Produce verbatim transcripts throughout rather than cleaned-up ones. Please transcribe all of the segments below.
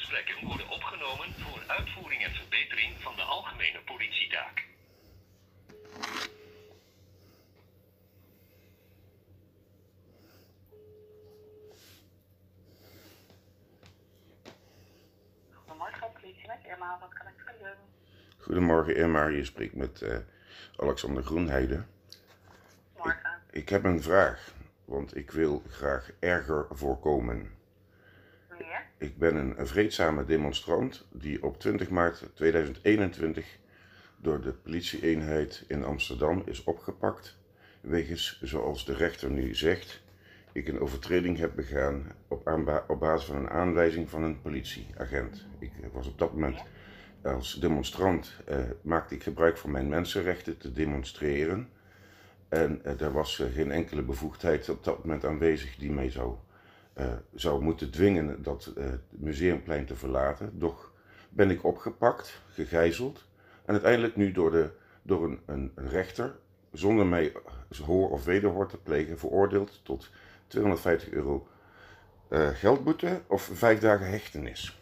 gesprekken worden opgenomen voor uitvoering en verbetering van de algemene politietaak. Goedemorgen, politie met Irma. Wat kan ik voor u doen? Goedemorgen Irma, je spreekt met uh, Alexander Groenheide. Morgen. Ik, ik heb een vraag, want ik wil graag erger voorkomen. Ja? Ik ben een, een vreedzame demonstrant die op twintig maart tweeduizend eenentwintig door de politieeenheid in Amsterdam is opgepakt, wegens, zoals de rechter nu zegt, ik een overtreding heb begaan op, aanba- op basis van een aanwijzing van een politieagent. Ik was op dat moment als demonstrant, uh, maakte ik gebruik van mijn mensenrechten te demonstreren. En uh, er was uh, geen enkele bevoegdheid op dat moment aanwezig die mij zou, uh, zou moeten dwingen dat uh, het Museumplein te verlaten. Doch ben ik opgepakt, gegijzeld en uiteindelijk nu door, de, door een, een rechter, zonder mij hoor of wederhoor te plegen, veroordeeld tot tweehonderdvijftig euro uh, geldboete of vijf dagen hechtenis.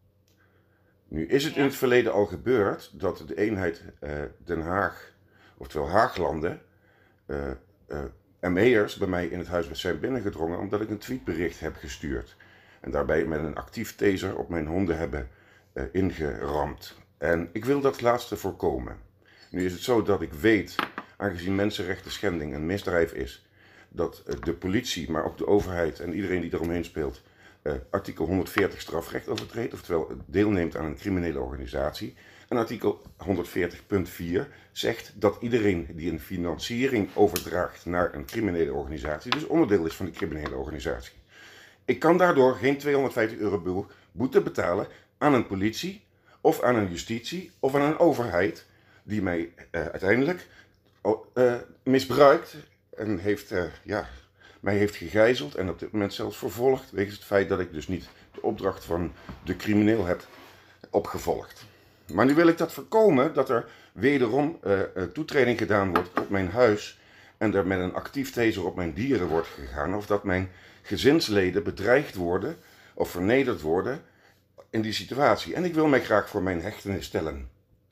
Nu is het in het verleden al gebeurd dat de eenheid uh, Den Haag, oftewel Haaglanden, uh, uh, M E'ers bij mij in het huis zijn binnengedrongen omdat ik een tweetbericht heb gestuurd. En daarbij met een actief taser op mijn honden hebben uh, ingeramd. En ik wil dat laatste voorkomen. Nu is het zo dat ik weet, aangezien mensenrechten schending een misdrijf is, dat uh, de politie, maar ook de overheid en iedereen die eromheen speelt, Uh, artikel honderdveertig strafrecht overtreedt, oftewel deelneemt aan een criminele organisatie. En artikel honderdveertig punt vier zegt dat iedereen die een financiering overdraagt naar een criminele organisatie, dus onderdeel is van die criminele organisatie. Ik kan daardoor geen tweehonderdvijftig euro boete betalen aan een politie, of aan een justitie, of aan een overheid, die mij uh, uiteindelijk uh, misbruikt en heeft, uh, ja... mij heeft gegijzeld en op dit moment zelfs vervolgd, wegens het feit dat ik dus niet de opdracht van de crimineel heb opgevolgd. Maar nu wil ik dat voorkomen, dat er wederom uh, toetreding gedaan wordt op mijn huis en er met een actief taser op mijn dieren wordt gegaan, of dat mijn gezinsleden bedreigd worden of vernederd worden in die situatie. En ik wil mij graag voor mijn hechtenis stellen.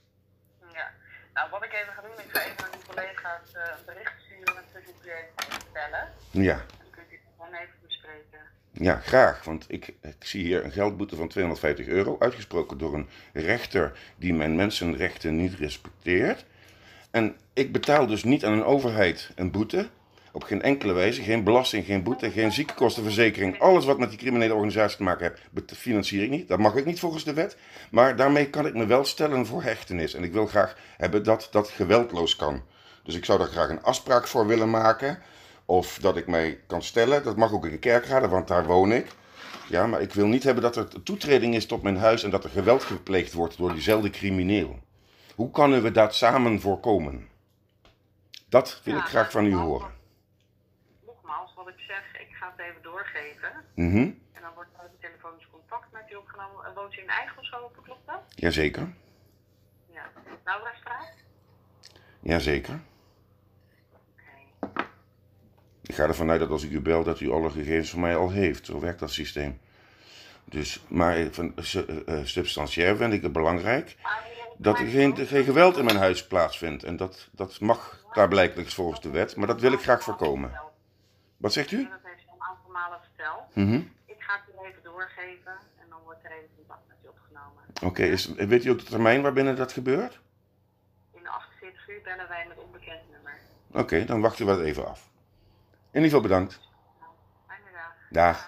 Ja, nou wat ik even ga doen, ik ga even aan die collega's uh, een bericht sturen met de u even stellen. Ja. Dan kunt u het gewoon even bespreken. Ja, graag, want ik, ik zie hier een geldboete van tweehonderdvijftig euro, uitgesproken door een rechter die mijn mensenrechten niet respecteert. En ik betaal dus niet aan een overheid een boete, op geen enkele wijze, geen belasting, geen boete, geen ziektekostenverzekering. Alles wat met die criminele organisatie te maken heeft, financier ik niet. Dat mag ik niet volgens de wet, maar daarmee kan ik me wel stellen voor hechtenis. En ik wil graag hebben dat dat geweldloos kan. Dus ik zou daar graag een afspraak voor willen maken. Of dat ik mij kan stellen, dat mag ook in Kerkrade, want daar woon ik. Ja, maar ik wil niet hebben dat er toetreding is tot mijn huis en dat er geweld gepleegd wordt door diezelfde crimineel. Hoe kunnen we dat samen voorkomen? Dat wil Ja, ik graag van u horen. Nogmaals, wat ik zeg, ik ga het even doorgeven. Mm-hmm. En dan wordt er een telefonisch contact met u opgenomen. En woont u in Eigelshoven, klopt dat? Jazeker. Ja. Laurastraat? Jazeker. Ik ga ervan uit dat als ik u bel, dat u alle gegevens van mij al heeft. Zo werkt dat systeem. Dus, maar van, uh, substantieel vind ik het belangrijk dat er geen, geen geweld in mijn huis plaatsvindt. En dat, dat mag klaarblijkelijk volgens de wet, maar dat wil ik graag voorkomen. Wat zegt u? Dat heeft een aantal malen verteld. Mm-hmm. Ik ga het u even doorgeven en dan wordt er even contact met u opgenomen. Oké, okay, weet u ook de termijn waarbinnen dat gebeurt? In achtenveertig uur bellen wij met onbekend nummer. Oké, okay, dan wachten we dat even af. In ieder geval bedankt. Fijne dag. Dag.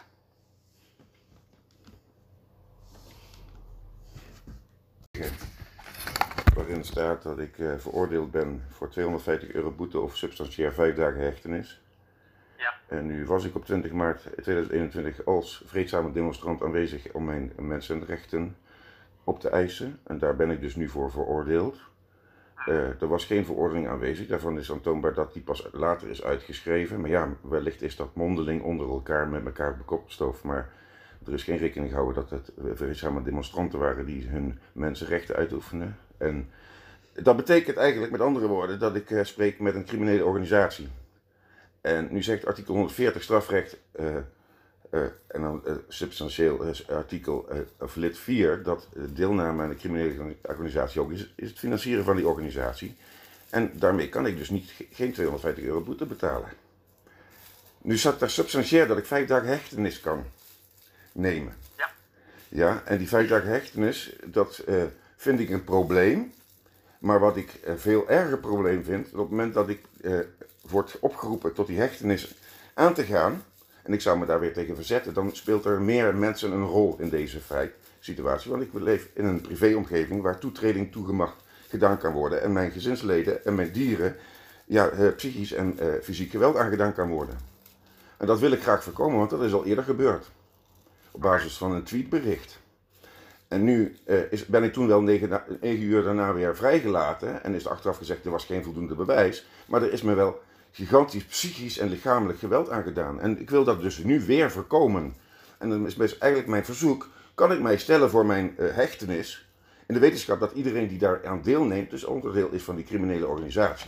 Waarin staat dat ik uh, veroordeeld ben voor tweehonderdvijftig euro boete of substantieel vijf dagen hechtenis. Ja. En nu was ik op twintig maart tweeduizend eenentwintig als vreedzame demonstrant aanwezig om mijn mensenrechten op te eisen. En daar ben ik dus nu voor veroordeeld. Uh, er was geen veroordeling aanwezig, daarvan is aantoonbaar dat die pas later is uitgeschreven. Maar ja, wellicht is dat mondeling onder elkaar met elkaar bekopstoofd. Maar er is geen rekening gehouden dat het vreedzame demonstranten waren die hun mensenrechten uitoefenen. En dat betekent eigenlijk met andere woorden dat ik uh, spreek met een criminele organisatie. En nu zegt artikel honderdveertig strafrecht, uh, uh, en dan uh, substantieel uh, artikel uh, of lid vier, dat uh, deelname aan een criminele organisatie ook is, is het financieren van die organisatie. En daarmee kan ik dus niet, geen tweehonderdvijftig euro boete betalen. Nu zat daar substantieel dat ik vijf dagen hechtenis kan nemen. Ja. Ja, en die vijf dagen hechtenis, dat uh, vind ik een probleem. Maar wat ik een veel erger probleem vind, op het moment dat ik uh, word opgeroepen tot die hechtenis aan te gaan, en ik zou me daar weer tegen verzetten, dan speelt er meer mensen een rol in deze feit, situatie. Want ik leef in een privéomgeving waar toetreding toegemacht gedaan kan worden en mijn gezinsleden en mijn dieren ja, uh, psychisch en uh, fysiek geweld aangedaan kan worden. En dat wil ik graag voorkomen, want dat is al eerder gebeurd. Op basis van een tweetbericht. En nu uh, is, ben ik toen wel negen, negen uur daarna weer vrijgelaten en is er achteraf gezegd er was geen voldoende bewijs. Maar er is me wel gigantisch psychisch en lichamelijk geweld aangedaan. En ik wil dat dus nu weer voorkomen. En dan is best eigenlijk mijn verzoek, kan ik mij stellen voor mijn uh, hechtenis in de wetenschap dat iedereen die daaraan deelneemt dus onderdeel is van die criminele organisatie.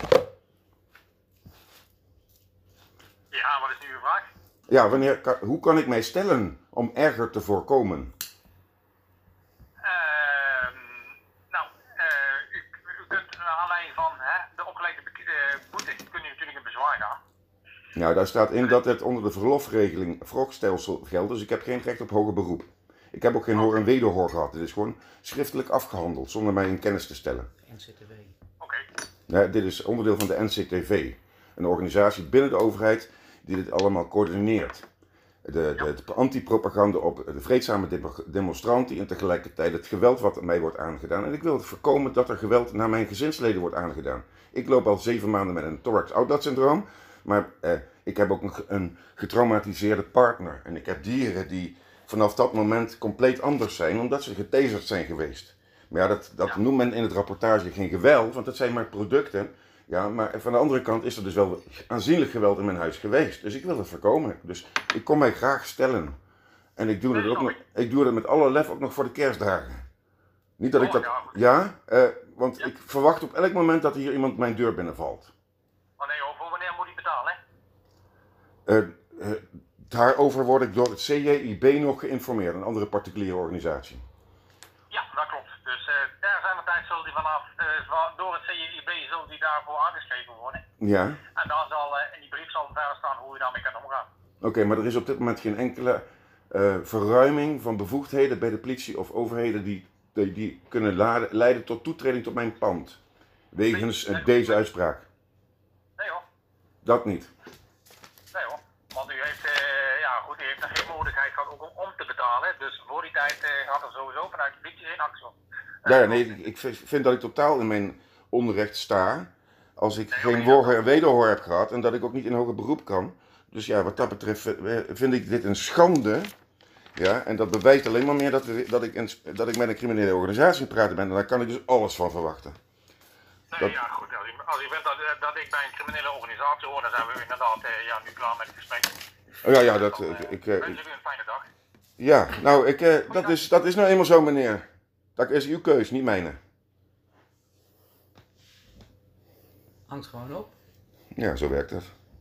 Ja, wat is nu uw vraag? Ja, wanneer, kan, hoe kan ik mij stellen om erger te voorkomen? Uh, nou, uh, u, u kunt naar aanleiding van hè, de opgelegde uh, boete, kunt u natuurlijk in bezwaar gaan. Nou, daar staat in dat het onder de verlofregeling wrokstelsel geldt, dus ik heb geen recht op hoger beroep. Ik heb ook geen hoor en wederhoor gehad. Het is gewoon schriftelijk afgehandeld, zonder mij in kennis te stellen. N C T V. Oké. Okay. Ja, dit is onderdeel van de N C T V. Een organisatie binnen de overheid die dit allemaal coördineert. De, de, de antipropaganda op de vreedzame demonstranten en tegelijkertijd het geweld wat mij wordt aangedaan. En ik wil voorkomen dat er geweld naar mijn gezinsleden wordt aangedaan. Ik loop al zeven maanden met een thorax-outlet syndroom, maar eh, ik heb ook een, een getraumatiseerde partner. En ik heb dieren die vanaf dat moment compleet anders zijn, omdat ze getaserd zijn geweest. Maar ja, dat, dat Ja. noemt men in het rapportage geen geweld, want dat zijn maar producten. Ja, maar van de andere kant is er dus wel aanzienlijk geweld in mijn huis geweest. Dus ik wil het voorkomen. Dus ik kom mij graag stellen. En ik doe, Nee, het ook nog, sorry. ik doe het met alle lef ook nog voor de kerstdagen. Niet dat ik Oh, dat... ja, goed. Ja, eh, want Ja. ik verwacht op elk moment dat hier iemand mijn deur binnenvalt. Oh nee, hoor, voor wanneer moet ik betalen? Eh, eh, daarover word ik door het C J I B nog geïnformeerd, een andere particuliere organisatie. Ja, dat klopt. Dus uh, daar zijn we tijd zullen die vanaf, uh, van- door het C J I B zullen die daarvoor aangeschreven worden. Ja, En dan zal uh, in die brief zal verder staan hoe je daarmee kan omgaan. oké, maar er is op dit moment geen enkele eh, verruiming van bevoegdheden bij de politie of overheden die, die, die kunnen laden, leiden tot toetreding tot mijn pand. Wegens eh, deze uitspraak. Nee hoor, Dat niet. nee hoor. Want u heeft, uh, ja goed, u heeft nog geen mogelijkheid gehad ook om, om te betalen. Dus voor die tijd uh, gaat er sowieso vanuit de politie geen actie op. Uh, Ja, ja, nee, ik, ik vind dat ik totaal in mijn onrecht sta als ik Nee, geen hoor, hoor en wederhoor heb gehad en dat ik ook niet in hoger beroep kan. Dus ja, wat dat betreft eh, vind ik dit een schande. Ja, en dat bewijst alleen maar meer dat, we- dat, ik, een, dat ik met een criminele organisatie aan het praten ben. En daar kan ik dus alles van verwachten. nee, dat- ja goed, als u, als u vindt dat, uh, dat ik bij een criminele organisatie hoor, dan zijn we inderdaad uh, ja, nu klaar met het gesprek. Oh ja, ja, dat, Dan, ik, uh, ik, eh, wens ik- ik u een fijne dag. ja, nou, ik, eh, dat, is, dat is nou eenmaal zo, meneer. Dat is uw keus, niet mijne. Hangt gewoon op. Ja, zo werkt dat.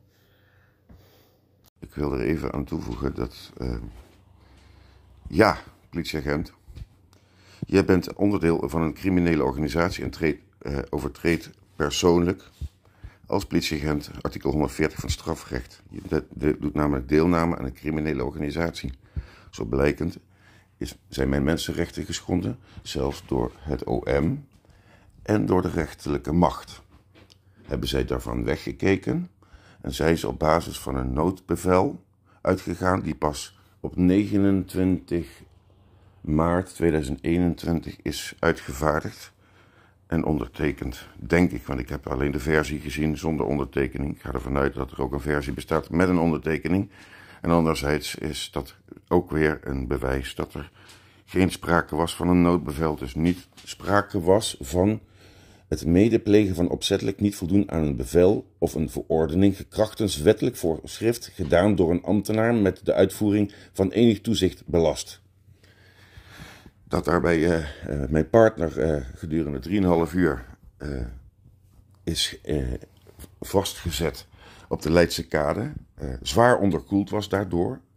Ik wil er even aan toevoegen dat... eh, ja, politieagent. Jij bent onderdeel van een criminele organisatie en treedt, eh, overtreedt persoonlijk als politieagent artikel honderdveertig van strafrecht. Je de- de- doet namelijk deelname aan een criminele organisatie. Zo blijkend is, zijn mijn mensenrechten geschonden, zelfs door het O M en door de rechterlijke macht. Hebben zij daarvan weggekeken en zijn ze op basis van een noodbevel uitgegaan die pas op negenentwintig maart tweeduizend eenentwintig is uitgevaardigd en ondertekend, denk ik, want ik heb alleen de versie gezien zonder ondertekening. Ik ga ervan uit dat er ook een versie bestaat met een ondertekening. En anderzijds is dat ook weer een bewijs dat er geen sprake was van een noodbevel, dus niet sprake was van het medeplegen van opzettelijk niet voldoen aan een bevel of een verordening gekrachtens wettelijk voorschrift gedaan door een ambtenaar met de uitvoering van enig toezicht belast. Dat daarbij uh, uh, mijn partner uh, gedurende drieënhalf uur uh, is uh, vastgezet op de Leidse kade, uh, zwaar onderkoeld was daardoor,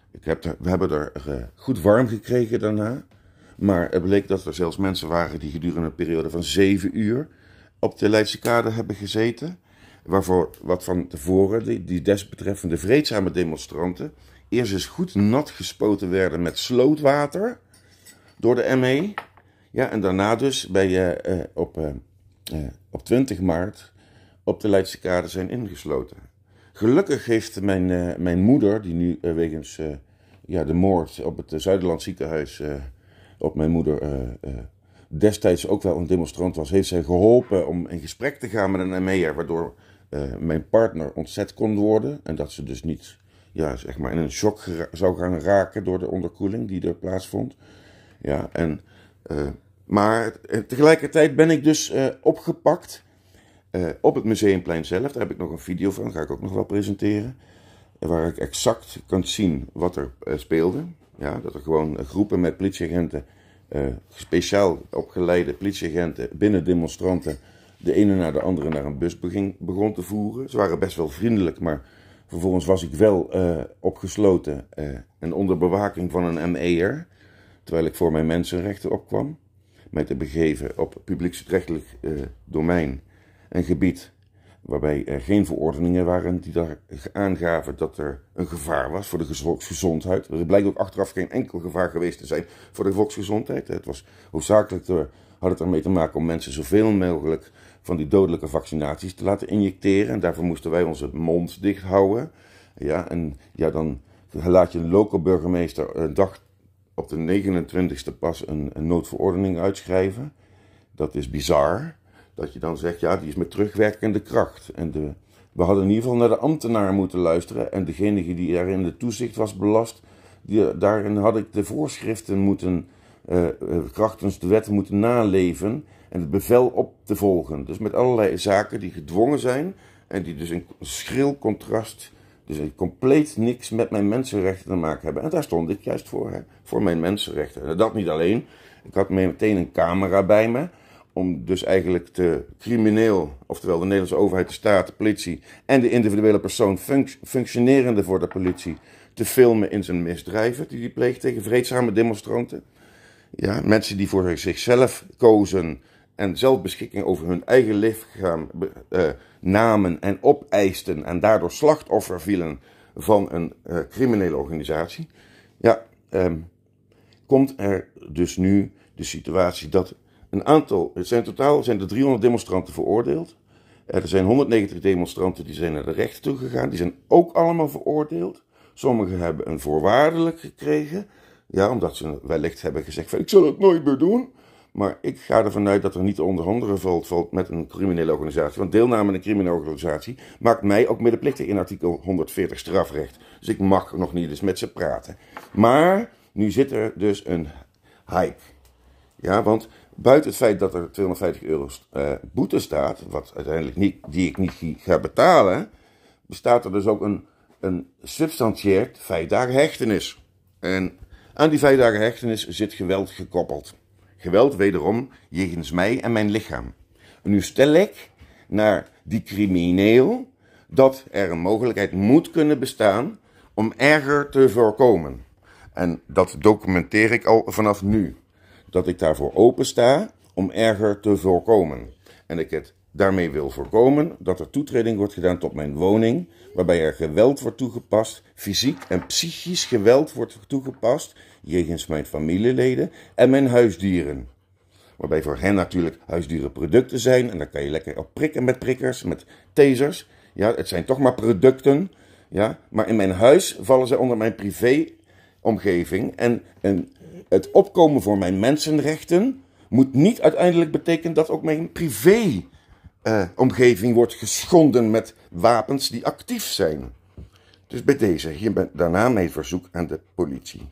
Ik heb er, we hebben er uh, goed warm gekregen daarna. Maar het bleek dat er zelfs mensen waren die gedurende een periode van zeven uur op de Leidse Kade hebben gezeten. Waarvoor wat van tevoren die, die desbetreffende vreedzame demonstranten eerst eens goed nat gespoten werden met slootwater door de M E. Ja, en daarna dus bij, uh, uh, op, uh, uh, op twintig maart op de Leidse Kade zijn ingesloten. Gelukkig heeft mijn, uh, mijn moeder, die nu uh, wegens uh, ja, de moord op het uh, Zuiderland ziekenhuis uh, op mijn moeder uh, uh, destijds ook wel een demonstrant was, heeft zij geholpen om in gesprek te gaan met een M E'er, waardoor uh, mijn partner ontzet kon worden en dat ze dus niet ja, zeg maar in een shock gera- zou gaan raken door de onderkoeling die er plaatsvond. Ja, en, uh, maar tegelijkertijd ben ik dus uh, opgepakt uh, op het Museumplein zelf. Daar heb ik nog een video van, ga ik ook nog wel presenteren. Waar ik exact kan zien wat er uh, speelde. Ja, dat er gewoon uh, groepen met politieagenten, uh, speciaal opgeleide politieagenten binnen demonstranten, de ene na de andere naar een bus begin, begon te voeren. Ze waren best wel vriendelijk, maar vervolgens was ik wel uh, opgesloten uh, en onder bewaking van een M E'er. Terwijl ik voor mijn mensenrechten opkwam. Mij te begeven op publieksrechtelijk uh, domein en gebied. Waarbij er geen verordeningen waren die daar aangaven dat er een gevaar was voor de volksgezondheid. Er blijkt ook achteraf geen enkel gevaar geweest te zijn voor de volksgezondheid. Het was hoofdzakelijk door, had het ermee te maken om mensen zoveel mogelijk van die dodelijke vaccinaties te laten injecteren. En daarvoor moesten wij onze mond dicht houden. Ja, en ja, dan laat je een lokale burgemeester een dag op de negenentwintigste pas een, een noodverordening uitschrijven. Dat is bizar. Dat je dan zegt, ja, die is met terugwerkende kracht. En de, we hadden in ieder geval naar de ambtenaar moeten luisteren. En degene die daarin de toezicht was belast, die, daarin had ik de voorschriften moeten, uh, uh, krachtens de wet moeten naleven. En het bevel op te volgen. Dus met allerlei zaken die gedwongen zijn. En die dus in schril contrast, dus compleet niks met mijn mensenrechten te maken hebben. En daar stond ik juist voor, hè, voor mijn mensenrechten. En dat niet alleen. Ik had meteen een camera bij me. Om dus eigenlijk de crimineel, oftewel de Nederlandse overheid, de staat, de politie en de individuele persoon func- functionerende voor de politie te filmen in zijn misdrijven die hij pleegt tegen vreedzame demonstranten. Ja, mensen die voor zichzelf kozen en zelfbeschikking over hun eigen lichaam uh, namen en opeisten en daardoor slachtoffer vielen van een uh, criminele organisatie. Ja, um, komt er dus nu de situatie dat een aantal, het zijn totaal zijn er driehonderd demonstranten veroordeeld. Er zijn honderdnegentig demonstranten die zijn naar de rechter toe gegaan. Die zijn ook allemaal veroordeeld. Sommigen hebben een voorwaardelijk gekregen. Ja, omdat ze wellicht hebben gezegd van ik zal het nooit meer doen. Maar ik ga ervan uit dat er niet te onderhandelen valt, valt met een criminele organisatie. Want deelname aan een criminele organisatie maakt mij ook medeplichtig in artikel honderdveertig strafrecht. Dus ik mag nog niet eens met ze praten. Maar nu zit er dus een hype. Ja, want buiten het feit dat er tweehonderdvijftig euro uh, boete staat, wat uiteindelijk niet, die ik niet ga betalen, bestaat er dus ook een, een substantieerd vijf dagen hechtenis. En aan die vijf dagen hechtenis zit geweld gekoppeld. Geweld wederom jegens mij en mijn lichaam. En nu stel ik naar die crimineel dat er een mogelijkheid moet kunnen bestaan om erger te voorkomen. En dat documenteer ik al vanaf nu. Dat ik daarvoor open sta om erger te voorkomen. En ik het daarmee wil voorkomen dat er toetreding wordt gedaan tot mijn woning, waarbij er geweld wordt toegepast, fysiek en psychisch geweld wordt toegepast, jegens mijn familieleden en mijn huisdieren. Waarbij voor hen natuurlijk huisdierenproducten zijn, en daar kan je lekker op prikken met prikkers, met tasers. Ja, het zijn toch maar producten, ja, maar in mijn huis vallen ze onder mijn privéomgeving en een het opkomen voor mijn mensenrechten moet niet uiteindelijk betekenen dat ook mijn privé-omgeving uh, wordt geschonden met wapens die actief zijn. Dus bij deze, hier ben daarna mijn verzoek aan de politie.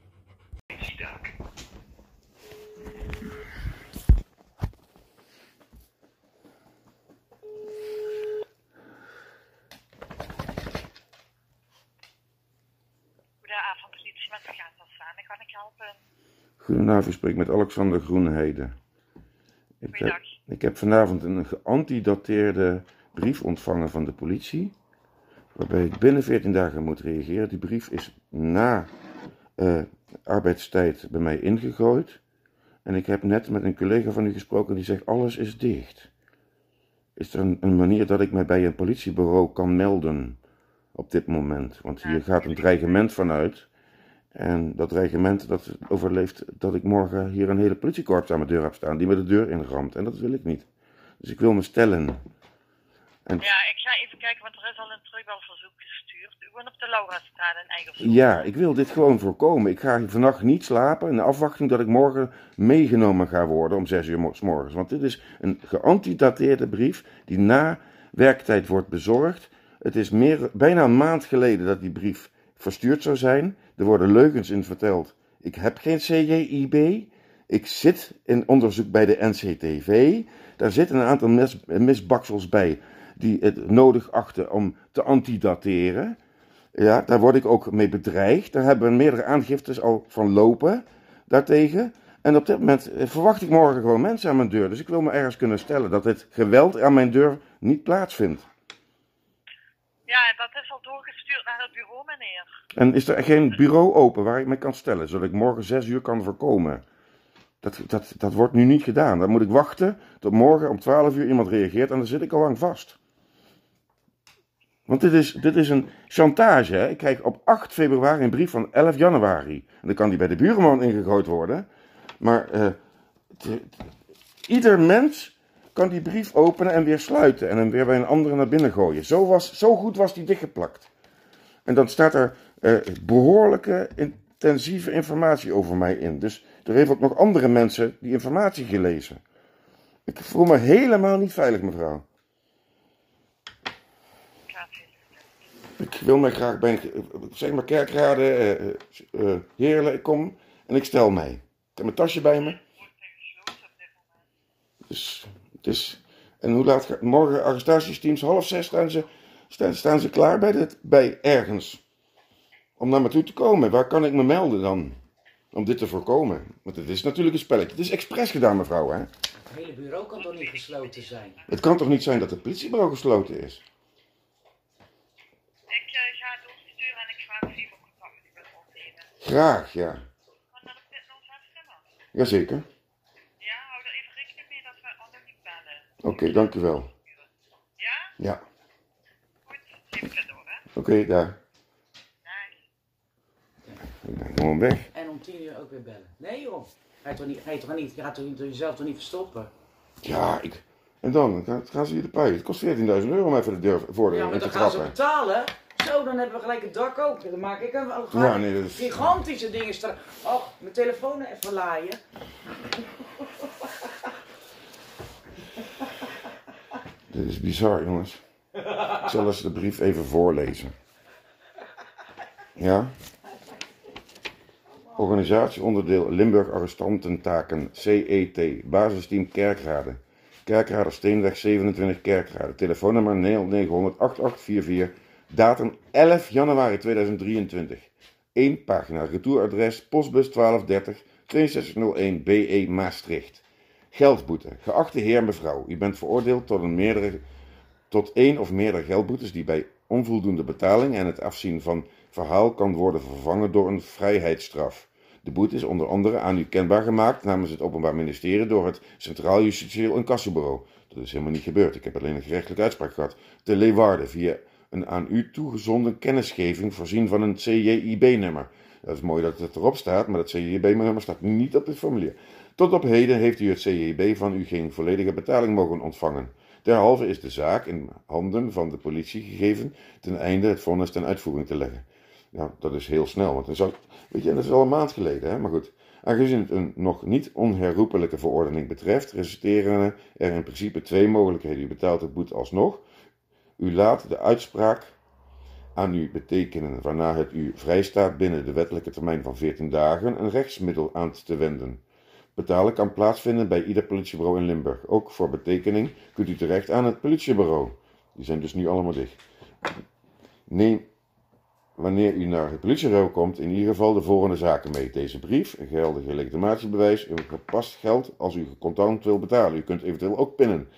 Goedenavond, politie met de Gaatelsaan. Kan ik helpen? Goedenavond, ik spreek met Alexander Groenheide. Ik heb, ik heb vanavond een geantidateerde brief ontvangen van de politie. waarbij ik binnen veertien dagen moet reageren. Die brief is na uh, arbeidstijd bij mij ingegooid. En ik heb net met een collega van u gesproken die zegt alles is dicht. Is er een, een manier dat ik mij bij een politiebureau kan melden op dit moment? Want hier gaat een dreigement vanuit. En dat dreigement dat overleeft dat ik morgen hier een hele politiekorps aan mijn deur heb staan die me de deur inramt. En dat wil ik niet. Dus ik wil me stellen. En... Ja, ik ga even kijken, want er is al een terugbelverzoek gestuurd. U woont op de Laurastraat in Eigershoek. Ja, ik wil dit gewoon voorkomen. Ik ga vannacht niet slapen in de afwachting dat ik morgen meegenomen ga worden om zes uur 's morgens. Want dit is een geantidateerde brief die na werktijd wordt bezorgd. Het is meer, bijna een maand geleden dat die brief verstuurd zou zijn. Er worden leugens in verteld. Ik heb geen C J I B. Ik zit in onderzoek bij de N C T V. Daar zitten een aantal mis, misbaksels bij die het nodig achten om te antidateren. Ja, daar word ik ook mee bedreigd. Daar hebben we meerdere aangiftes al van lopen daartegen. En op dit moment verwacht ik morgen gewoon mensen aan mijn deur. Dus ik wil me ergens kunnen stellen dat dit geweld aan mijn deur niet plaatsvindt. Ja, en dat is al doorgestuurd naar het bureau, meneer. En is er geen bureau open waar ik me kan stellen, zodat ik morgen zes uur kan voorkomen? Dat, dat, dat wordt nu niet gedaan. Dan moet ik wachten tot morgen om twaalf uur iemand reageert en dan zit ik al lang vast. Want dit is, dit is een chantage. Hè? Ik krijg op acht februari een brief van elf januari. En dan kan die bij de buurman ingegooid worden. Maar uh, t, t, ieder mens kan die brief openen en weer sluiten. En hem weer bij een andere naar binnen gooien. Zo, was, zo goed was die dichtgeplakt. En dan staat er uh, behoorlijke, intensieve informatie over mij in. Dus er heeft ook nog andere mensen die informatie gelezen. Ik voel me helemaal niet veilig, mevrouw. Ik wil mij graag bij, zeg maar, Kerkrade, uh, uh, Heerlen, ik kom en ik stel mij. Ik heb mijn tasje bij me. Dus, het is, en hoe laat gaat morgen arrestatiesteams? Half zes staan ze, staan, staan ze klaar bij, dit, bij ergens. Om naar me toe te komen. Waar kan ik me melden dan? Om dit te voorkomen. Want het is natuurlijk een spelletje. Het is expres gedaan, mevrouw, hè? Het hele bureau kan toch niet gesloten zijn? Het kan toch niet zijn dat het politiebureau gesloten is? Ik uh, ga het doorsturen en ik ga even op contact met u willen opnemen. Graag, ja. Kan dat op dit nul zes nummer? Jazeker. Ja, hou er even rekening mee dat we anoniem bellen. Oké, okay, dank u wel. Ja? Ja. Goed, even door, hè? Oké, okay, daar. Ik ben gewoon weg. En om tien uur ook weer bellen. Nee joh. Ga je toch niet, ga je toch niet, je gaat toch niet, jezelf toch niet verstoppen? Ja, ik... En dan gaan, gaan ze je de pui. Het kost veertienduizend euro om even de deur voor de ja, maar te dan trappen. gaan ze betalen. Zo, dan hebben we gelijk het dak ook. Dan maak ik een, een ja, nee, dat is... gigantische dingen staan. Oh, mijn telefoon even laaien. Dit is bizar, jongens. Ik zal eens de brief even voorlezen. Ja? Organisatieonderdeel Limburg Arrestantentaken, C E T, basisteam Kerkrade. Kerkrade Steenweg zevenentwintig Kerkrade. Telefoonnummer nul negen honderd achtentachtig vierenveertig. Datum elf januari tweeduizend drieëntwintig. Eén pagina. Retouradres postbus twaalf dertig tweeënzestig nul één B E Maastricht. Geldboete. Geachte heer mevrouw, u bent veroordeeld tot een meerdere, tot één of meerdere geldboetes die bij onvoldoende betaling en het afzien van verhaal kan worden vervangen door een vrijheidsstraf. De boete is onder andere aan u kenbaar gemaakt namens het Openbaar Ministerie door het Centraal Justitieel Incassobureau. Dat is helemaal niet gebeurd. Ik heb alleen een gerechtelijke uitspraak gehad. Te Leeuwarden via een aan u toegezonden kennisgeving voorzien van een C J I B-nummer. Dat is mooi dat het erop staat, maar dat C J I B-nummer staat niet op dit formulier. Tot op heden heeft u het C J I B van u geen volledige betaling mogen ontvangen. Derhalve is de zaak in handen van de politie gegeven ten einde het vonnis ten uitvoering te leggen. Ja, dat is heel snel, want dan zou, weet je, dat is al een maand geleden, hè? Maar goed. Aangezien het een nog niet onherroepelijke verordening betreft, resulteren er in principe twee mogelijkheden. U betaalt het boete alsnog. U laat de uitspraak aan u betekenen, waarna het u vrijstaat binnen de wettelijke termijn van veertien dagen een rechtsmiddel aan te wenden. Betalen kan plaatsvinden bij ieder politiebureau in Limburg. Ook voor betekening kunt u terecht aan het politiebureau. Die zijn dus nu allemaal dicht. Neem, wanneer u naar het politiebureau komt, in ieder geval de volgende zaken mee. Deze brief, een geldige legitimatiebewijs, een gepast geld als u contant wil betalen. U kunt eventueel ook pinnen.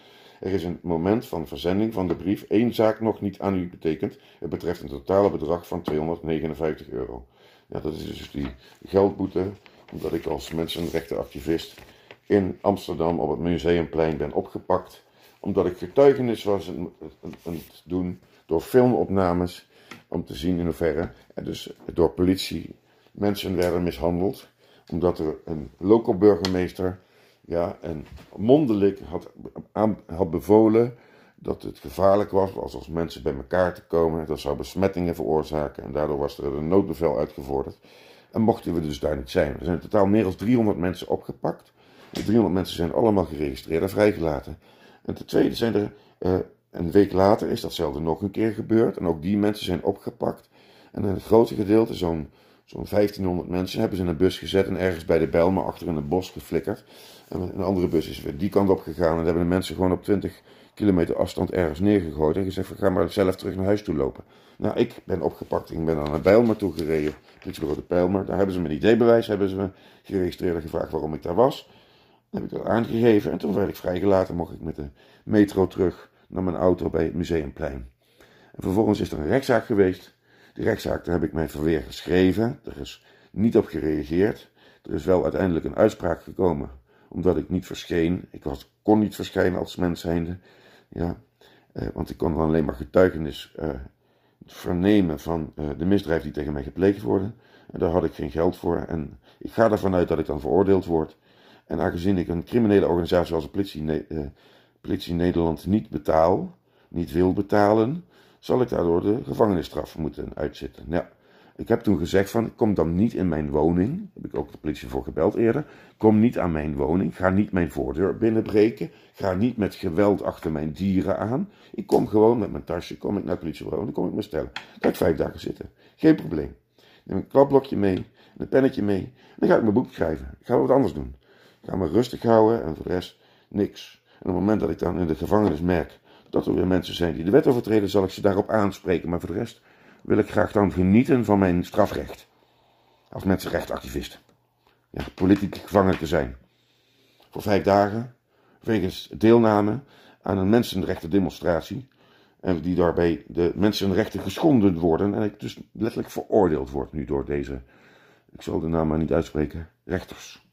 Er is een moment van verzending van de brief één zaak nog niet aan u betekend. Het betreft een totale bedrag van tweehonderdnegenenvijftig euro. Ja, dat is dus die geldboete, omdat ik als mensenrechtenactivist in Amsterdam op het Museumplein ben opgepakt. Omdat ik getuigenis was aan het doen door filmopnames om te zien in hoeverre er dus door politie mensen werden mishandeld. Omdat er een local burgemeester ja, en mondelijk had, aan, had bevolen dat het gevaarlijk was als, als mensen bij elkaar te komen. Dat zou besmettingen veroorzaken en daardoor was er een noodbevel uitgevorderd. En mochten we dus daar niet zijn. Er zijn in totaal meer dan driehonderd mensen opgepakt. Die driehonderd mensen zijn allemaal geregistreerd en vrijgelaten. En ten tweede zijn er, uh, een week later is datzelfde nog een keer gebeurd. En ook die mensen zijn opgepakt. En een grootste gedeelte, zo'n zo'n vijftienhonderd mensen, hebben ze in een bus gezet en ergens bij de Bijlmer achter in een bos geflikkerd. En een andere bus is weer die kant op gegaan en hebben de mensen gewoon op twintig kilometer afstand ergens neergegooid en gezegd, we gaan maar zelf terug naar huis toe lopen. Nou, ik ben opgepakt, ik ben naar Bijlmer toe gereden, politiebureau de Bijlmer. Daar hebben ze mijn I D-bewijs, hebben ze me geregistreerd en gevraagd waarom ik daar was. Dan heb ik dat aangegeven en toen werd ik vrijgelaten, mocht ik met de metro terug naar mijn auto bij het Museumplein. En vervolgens is er een rechtszaak geweest. Die rechtszaak, daar heb ik mijn verweer geschreven. Er is niet op gereageerd. Er is wel uiteindelijk een uitspraak gekomen, omdat ik niet verscheen. Ik was, kon niet verschijnen als mens zijnde. Ja, eh, want ik kon dan alleen maar getuigenis eh, vernemen van eh, de misdrijf die tegen mij gepleegd worden. En daar had ik geen geld voor. En ik ga ervan uit dat ik dan veroordeeld word. En aangezien ik een criminele organisatie zoals de politie, eh, politie Nederland niet betaal, niet wil betalen, zal ik daardoor de gevangenisstraf moeten uitzitten. Ja, ik heb toen gezegd van, kom dan niet in mijn woning. Daar heb ik ook de politie voor gebeld eerder. Kom niet aan mijn woning. Ga niet mijn voordeur binnenbreken. Ga niet met geweld achter mijn dieren aan. Ik kom gewoon met mijn tasje, kom ik naar het politiebureau en dan kom ik me stellen. Dan ga ik vijf dagen zitten. Geen probleem. Neem een klapblokje mee, een pennetje mee. En dan ga ik mijn boek schrijven. Ik ga wat anders doen. Ik ga me rustig houden en voor de rest niks. En op het moment dat ik dan in de gevangenis merk dat er weer mensen zijn die de wet overtreden, zal ik ze daarop aanspreken. Maar voor de rest wil ik graag dan genieten van mijn strafrecht. Als mensenrechtenactivist. Ja, politiek gevangen te zijn. Voor vijf dagen. Wegens deelname aan een mensenrechtendemonstratie. En die daarbij de mensenrechten geschonden worden. En ik dus letterlijk veroordeeld word nu door deze, ik zal de naam maar niet uitspreken, rechters.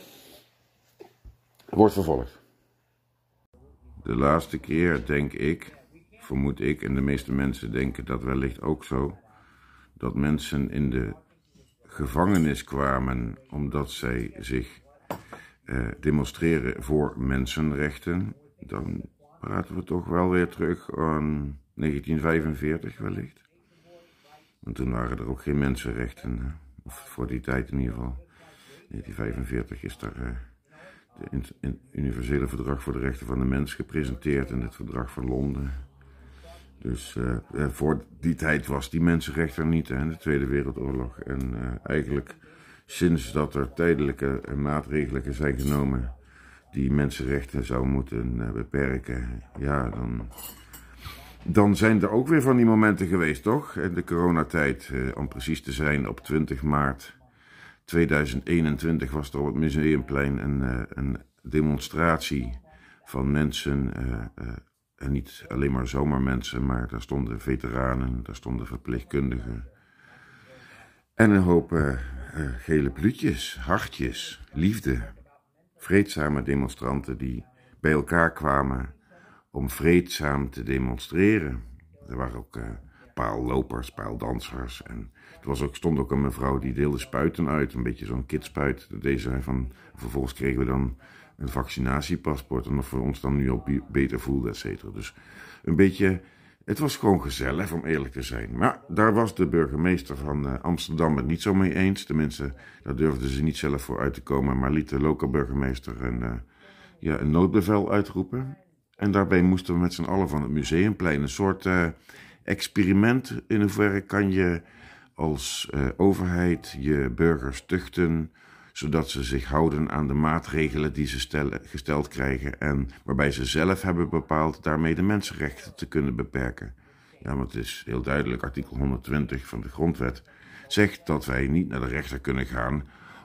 Wordt vervolgd. De laatste keer denk ik, vermoed ik, en de meeste mensen denken dat wellicht ook zo, dat mensen in de gevangenis kwamen omdat zij zich eh, demonstreren voor mensenrechten. Dan praten we toch wel weer terug aan negentien vijfenveertig wellicht. Want toen waren er ook geen mensenrechten, of voor die tijd in ieder geval. negentien vijfenveertig is daar Uh, het universele verdrag voor de rechten van de mens gepresenteerd in het verdrag van Londen. Dus uh, voor die tijd was die mensenrecht er niet, hè, de Tweede Wereldoorlog. En uh, eigenlijk sinds dat er tijdelijke maatregelen zijn genomen die mensenrechten zou moeten uh, beperken, ja, dan, dan zijn er ook weer van die momenten geweest, toch? In de coronatijd, uh, om precies te zijn, op twintig maart tweeduizend eenentwintig was er op het Museumplein een, uh, een demonstratie van mensen, uh, uh, en niet alleen maar zomaar mensen, maar daar stonden veteranen, daar stonden verpleegkundigen en een hoop uh, uh, gele pluutjes, hartjes, liefde, vreedzame demonstranten die bij elkaar kwamen om vreedzaam te demonstreren. Er waren ook uh, paallopers, paaldansers. En er was ook, stond ook een mevrouw die deelde spuiten uit, een beetje zo'n kidspuit. Deze van, vervolgens kregen we dan een vaccinatiepaspoort en of we ons dan nu al beter voelden, et cetera. Dus een beetje, het was gewoon gezellig om eerlijk te zijn. Maar daar was de burgemeester van uh, Amsterdam het niet zo mee eens. Tenminste, daar durfden ze niet zelf voor uit te komen, maar liet de lokale burgemeester een, uh, ja, een noodbevel uitroepen. En daarbij moesten we met z'n allen van het Museumplein een soort uh, experiment. In hoeverre kan je als uh, overheid je burgers tuchten, zodat ze zich houden aan de maatregelen die ze stellen, gesteld krijgen en waarbij ze zelf hebben bepaald daarmee de mensenrechten te kunnen beperken. Ja, want het is heel duidelijk, artikel honderdtwintig van de grondwet zegt dat wij niet naar de rechter kunnen gaan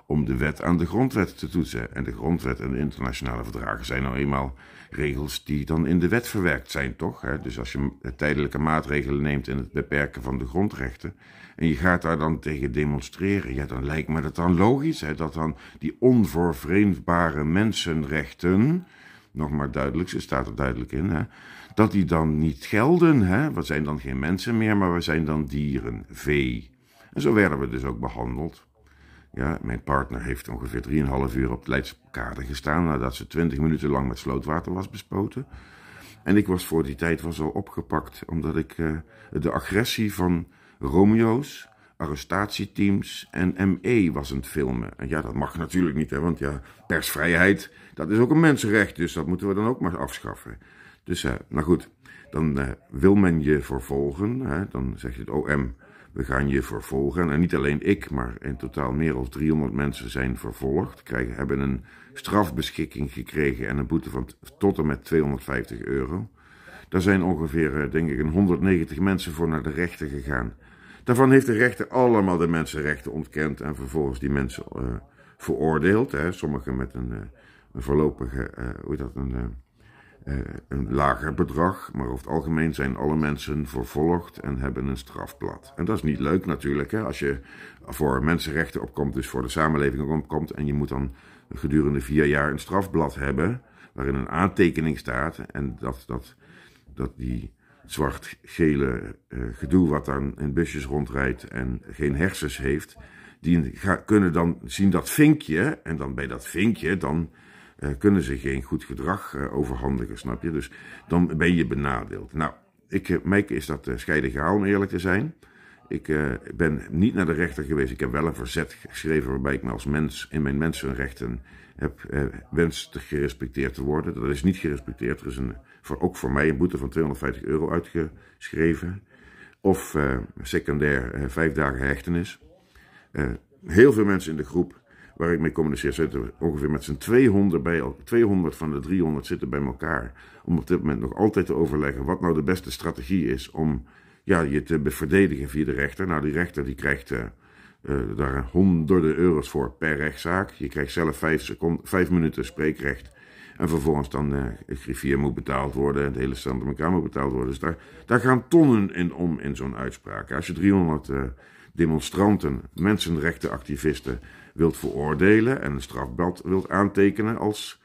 om de wet aan de grondwet te toetsen. En de grondwet en de internationale verdragen zijn nou eenmaal regels die dan in de wet verwerkt zijn, toch? Hè? Dus als je tijdelijke maatregelen neemt in het beperken van de grondrechten en je gaat daar dan tegen demonstreren, ja, dan lijkt me dat dan logisch, hè, dat dan die onvervreemdbare mensenrechten, nog maar duidelijk, ze staat er duidelijk in, hè, dat die dan niet gelden. Hè? We zijn dan geen mensen meer, maar we zijn dan dieren, vee. En zo werden we dus ook behandeld. Ja, mijn partner heeft ongeveer drieënhalf uur op de Leidse kade gestaan nadat ze twintig minuten lang met slootwater was bespoten. En ik was voor die tijd was al opgepakt omdat ik uh, de agressie van Romeo's, arrestatieteams en M E was aan het filmen. En ja, dat mag natuurlijk niet, hè, want ja, persvrijheid, dat is ook een mensenrecht, dus dat moeten we dan ook maar afschaffen. Dus, uh, nou goed, dan uh, wil men je vervolgen, hè, dan zeg je het O M, we gaan je vervolgen. En niet alleen ik, maar in totaal meer dan driehonderd mensen zijn vervolgd, krijgen, hebben een strafbeschikking gekregen en een boete van tot en met tweehonderdvijftig euro. Daar zijn ongeveer, denk ik, een honderdnegentig mensen voor naar de rechter gegaan. Daarvan heeft de rechter allemaal de mensenrechten ontkend en vervolgens die mensen uh, veroordeeld. Hè. Sommigen met een, uh, een voorlopige, uh, hoe heet dat, een, uh, uh, een lager bedrag. Maar over het algemeen zijn alle mensen vervolgd en hebben een strafblad. En dat is niet leuk natuurlijk, hè, als je voor mensenrechten opkomt, dus voor de samenleving opkomt. En je moet dan gedurende vier jaar een strafblad hebben, waarin een aantekening staat. En dat, dat, dat die zwart-gele uh, gedoe wat dan in busjes rondrijdt en geen hersens heeft, die ga, kunnen dan zien dat vinkje, en dan bij dat vinkje, dan uh, kunnen ze geen goed gedrag uh, overhandigen, snap je? Dus dan ben je benadeeld. Nou, ik, uh, mij is dat uh, scheiden gehaald, om eerlijk te zijn. Ik uh, ben niet naar de rechter geweest. Ik heb wel een verzet geschreven waarbij ik me als mens in mijn mensenrechten heb uh, wens te gerespecteerd te worden. Dat is niet gerespecteerd. Er is een, voor, ook voor mij een boete van tweehonderdvijftig euro uitgeschreven. Of uh, secundair uh, vijf dagen hechtenis. Uh, heel veel mensen in de groep waar ik mee communiceer zitten ongeveer met z'n tweehonderd bij elkaar. tweehonderd van de driehonderd zitten bij elkaar. Om op dit moment nog altijd te overleggen wat nou de beste strategie is om ja, je te verdedigen via de rechter. Nou, die rechter die krijgt uh, uh, daar honderden euro's voor per rechtszaak. Je krijgt zelf vijf, seconden, vijf minuten spreekrecht. En vervolgens dan uh, het griffier moet betaald worden. Het hele stand in elkaar moet betaald worden. Dus daar, daar gaan tonnen in om in zo'n uitspraak. Als je driehonderd uh, demonstranten, mensenrechtenactivisten wilt veroordelen en een strafblad wilt aantekenen als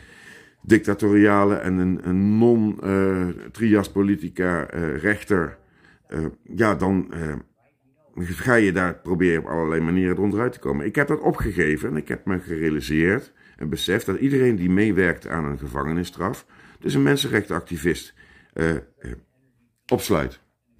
dictatoriale en een, een non-trias uh, politica uh, rechter, uh, ja, dan uh, ga je daar proberen op allerlei manieren eronderuit te komen. Ik heb dat opgegeven en ik heb me gerealiseerd en beseft dat iedereen die meewerkt aan een gevangenisstraf, dus een mensenrechtenactivist, uh, uh, opsluit.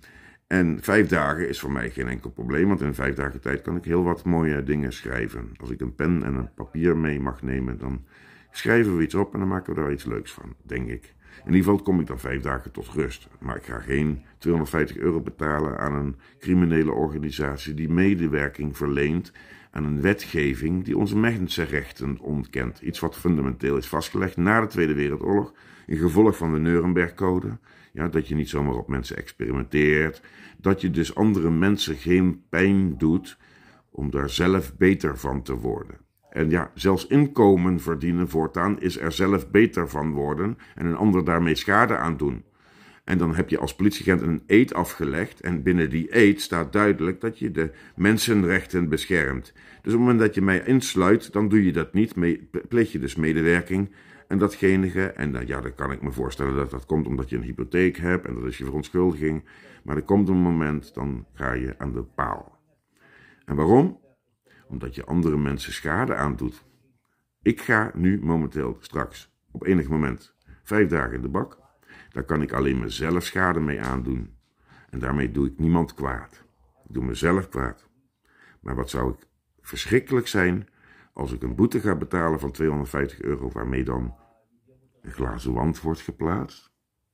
En vijf dagen is voor mij geen enkel probleem, want in vijf dagen tijd kan ik heel wat mooie dingen schrijven. Als ik een pen en een papier mee mag nemen, dan schrijven we iets op en dan maken we daar iets leuks van, denk ik. In ieder geval kom ik dan vijf dagen tot rust. Maar ik ga geen tweehonderdvijftig euro betalen aan een criminele organisatie die medewerking verleent aan een wetgeving die onze mensenrechten ontkent. Iets wat fundamenteel is vastgelegd na de Tweede Wereldoorlog, in gevolg van de Nuremberg-code. Ja, dat je niet zomaar op mensen experimenteert. Dat je dus andere mensen geen pijn doet om daar zelf beter van te worden. En ja, zelfs inkomen verdienen voortaan is er zelf beter van worden en een ander daarmee schade aan doen. En dan heb je als politieagent een eed afgelegd en binnen die eed staat duidelijk dat je de mensenrechten beschermt. Dus op het moment dat je mij insluit, dan doe je dat niet, pleeg je dus medewerking. En datgene, en dan, ja, dan kan ik me voorstellen dat dat komt omdat je een hypotheek hebt en dat is je verontschuldiging. Maar er komt een moment, dan ga je aan de paal. En waarom? Omdat je andere mensen schade aandoet. Ik ga nu momenteel straks, op enig moment, vijf dagen in de bak. Daar kan ik alleen mezelf schade mee aandoen. En daarmee doe ik niemand kwaad. Ik doe mezelf kwaad. Maar wat zou ik verschrikkelijk zijn als ik een boete ga betalen van tweehonderdvijftig euro, waarmee dan een glazen wand wordt geplaatst.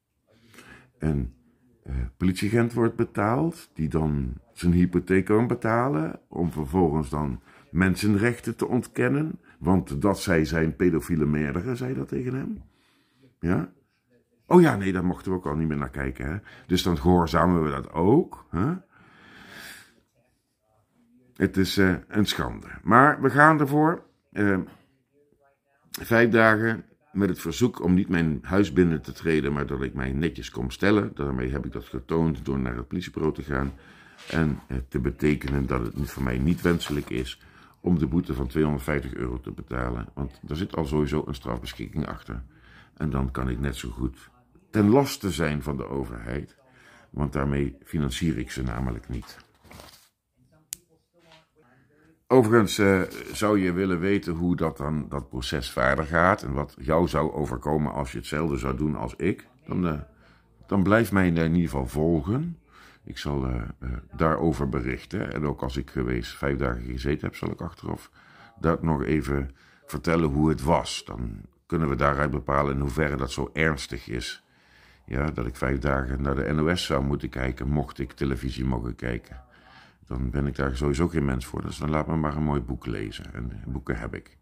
En uh, politieagent wordt betaald, die dan zijn hypotheek kan betalen, om vervolgens dan mensenrechten te ontkennen, want dat zij zijn pedofiele meerdere, zei dat tegen hem. Ja? Oh ja, nee, daar mochten we ook al niet meer naar kijken, hè. Dus dan gehoorzamen we dat ook, hè. Het is uh, een schande. Maar we gaan ervoor. Uh, vijf dagen met het verzoek om niet mijn huis binnen te treden, maar dat ik mij netjes kom stellen. Daarmee heb ik dat getoond door naar het politiebureau te gaan. En uh, te betekenen dat het voor mij niet wenselijk is om de boete van tweehonderdvijftig euro te betalen. Want daar zit al sowieso een strafbeschikking achter. En dan kan ik net zo goed ten laste zijn van de overheid. Want daarmee financier ik ze namelijk niet. Overigens uh, zou je willen weten hoe dat dan dat proces verder gaat. En wat jou zou overkomen als je hetzelfde zou doen als ik. Dan, uh, dan blijf mij in ieder geval volgen. Ik zal uh, uh, daarover berichten. En ook als ik geweest vijf dagen gezeten heb, zal ik achteraf dat nog even vertellen hoe het was. Dan kunnen we daaruit bepalen in hoeverre dat zo ernstig is. Ja, dat ik vijf dagen naar de N O S zou moeten kijken, mocht ik televisie mogen kijken. Dan ben ik daar sowieso geen mens voor. Dus dan laat me maar een mooi boek lezen. En boeken heb ik.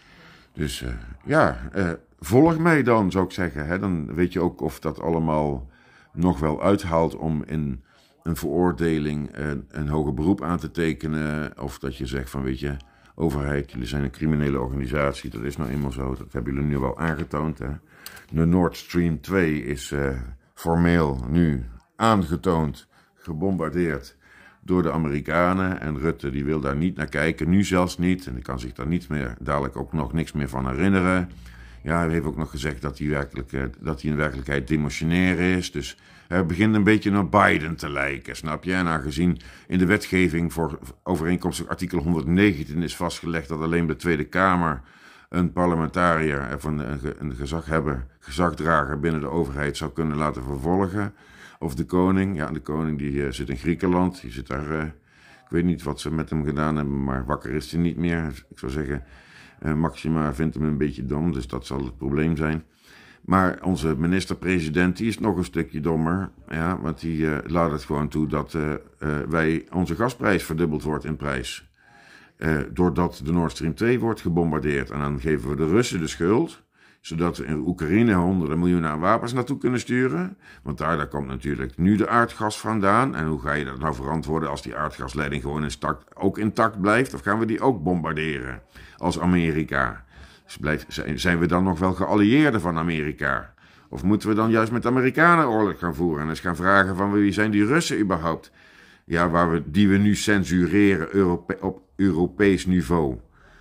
Dus uh, ja, uh, volg mij dan, zou ik zeggen. Hè? Dan weet je ook of dat allemaal nog wel uithaalt om in een veroordeling uh, een hoger beroep aan te tekenen. Of dat je zegt van, weet je, overheid, jullie zijn een criminele organisatie. Dat is nou eenmaal zo. Dat hebben jullie nu wel aangetoond. Hè? De Nord Stream twee is uh, formeel nu aangetoond, gebombardeerd door de Amerikanen. En Rutte die wil daar niet naar kijken, nu zelfs niet. En die kan zich daar niet meer, dadelijk ook nog niks meer van herinneren. Ja, hij heeft ook nog gezegd dat hij, werkelijk, dat hij in werkelijkheid demissionair is. Dus hij begint een beetje naar Biden te lijken, snap je? En aangezien in de wetgeving voor overeenkomstig artikel honderdnegentien is vastgelegd dat alleen de Tweede Kamer een parlementariër of een, een gezaghebber, gezagdrager binnen de overheid zou kunnen laten vervolgen. Of de koning. Ja, de koning die uh, zit in Griekenland. Die zit daar, uh, ik weet niet wat ze met hem gedaan hebben, maar wakker is hij niet meer. Ik zou zeggen, uh, Maxima vindt hem een beetje dom, dus dat zal het probleem zijn. Maar onze minister-president, die is nog een stukje dommer. Ja, want die uh, laat het gewoon toe dat uh, uh, wij, onze gasprijs verdubbeld wordt in prijs. Uh, doordat de Nord Stream twee wordt gebombardeerd. En dan geven we de Russen de schuld, zodat we in Oekraïne honderden miljoenen aan wapens naartoe kunnen sturen. Want daar, daar komt natuurlijk nu de aardgas vandaan. En hoe ga je dat nou verantwoorden als die aardgasleiding gewoon intact, ook intact blijft? Of gaan we die ook bombarderen als Amerika? Dus blijf, zijn we dan nog wel geallieerden van Amerika? Of moeten we dan juist met de Amerikanen oorlog gaan voeren? En eens gaan vragen van wie zijn die Russen überhaupt? Ja, waar we, die we nu censureren Europe, op Europees niveau.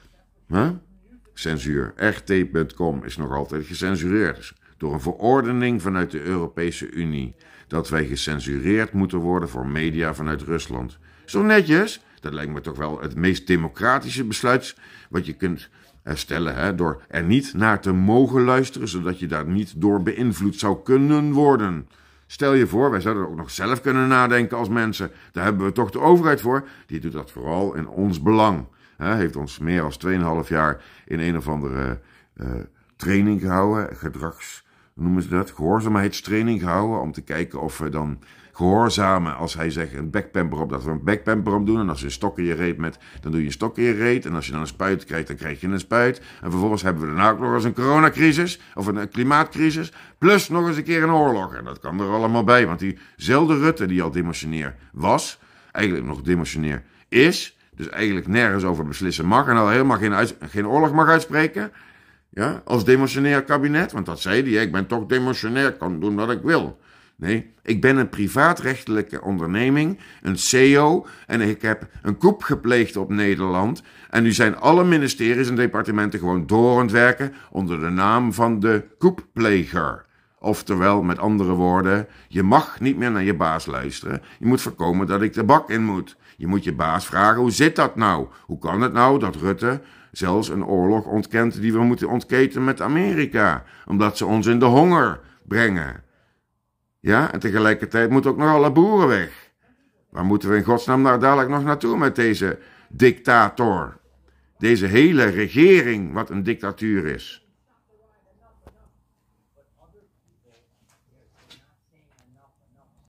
Huh? Censuur. R T punt com is nog altijd gecensureerd. Dus door een verordening vanuit de Europese Unie. Dat wij gecensureerd moeten worden voor media vanuit Rusland. Zo netjes. Dat lijkt me toch wel het meest democratische besluit wat je kunt stellen. Hè? Door er niet naar te mogen luisteren, zodat je daar niet door beïnvloed zou kunnen worden. Stel je voor, wij zouden ook nog zelf kunnen nadenken als mensen. Daar hebben we toch de overheid voor. Die doet dat vooral in ons belang. Hij heeft ons meer dan tweeënhalf jaar in een of andere uh, training gehouden. Gedrags, hoe noemen ze dat? Gehoorzaamheidstraining gehouden. Om te kijken of we dan gehoorzamen. Als hij zegt een backpamper op, dat we een backpamper op doen. En als je een stok in je reet met, dan doe je een stok in je reet. En als je dan een spuit krijgt, dan krijg je een spuit. En vervolgens hebben we daarna ook nog eens een coronacrisis. Of een klimaatcrisis. Plus nog eens een keer een oorlog. En dat kan er allemaal bij. Want diezelfde Rutte die al demissionair was. Eigenlijk nog demissionair is. Dus eigenlijk nergens over beslissen mag. En al helemaal geen, uit, geen oorlog mag uitspreken. Ja, als demissionair kabinet. Want dat zei hij. Ik ben toch demissionair. Ik kan doen wat ik wil. Nee, ik ben een privaatrechtelijke onderneming. Een C E O. En ik heb een coup gepleegd op Nederland. En nu zijn alle ministeries en departementen gewoon door aan het werken. Onder de naam van de couppleger. Oftewel, met andere woorden, je mag niet meer naar je baas luisteren. Je moet voorkomen dat ik de bak in moet. Je moet je baas vragen, hoe zit dat nou? Hoe kan het nou dat Rutte zelfs een oorlog ontkent die we moeten ontketen met Amerika? Omdat ze ons in de honger brengen. Ja, en tegelijkertijd moeten ook nog alle boeren weg. Waar moeten we in godsnaam nou dadelijk nog naartoe met deze dictator? Deze hele regering, wat een dictatuur is.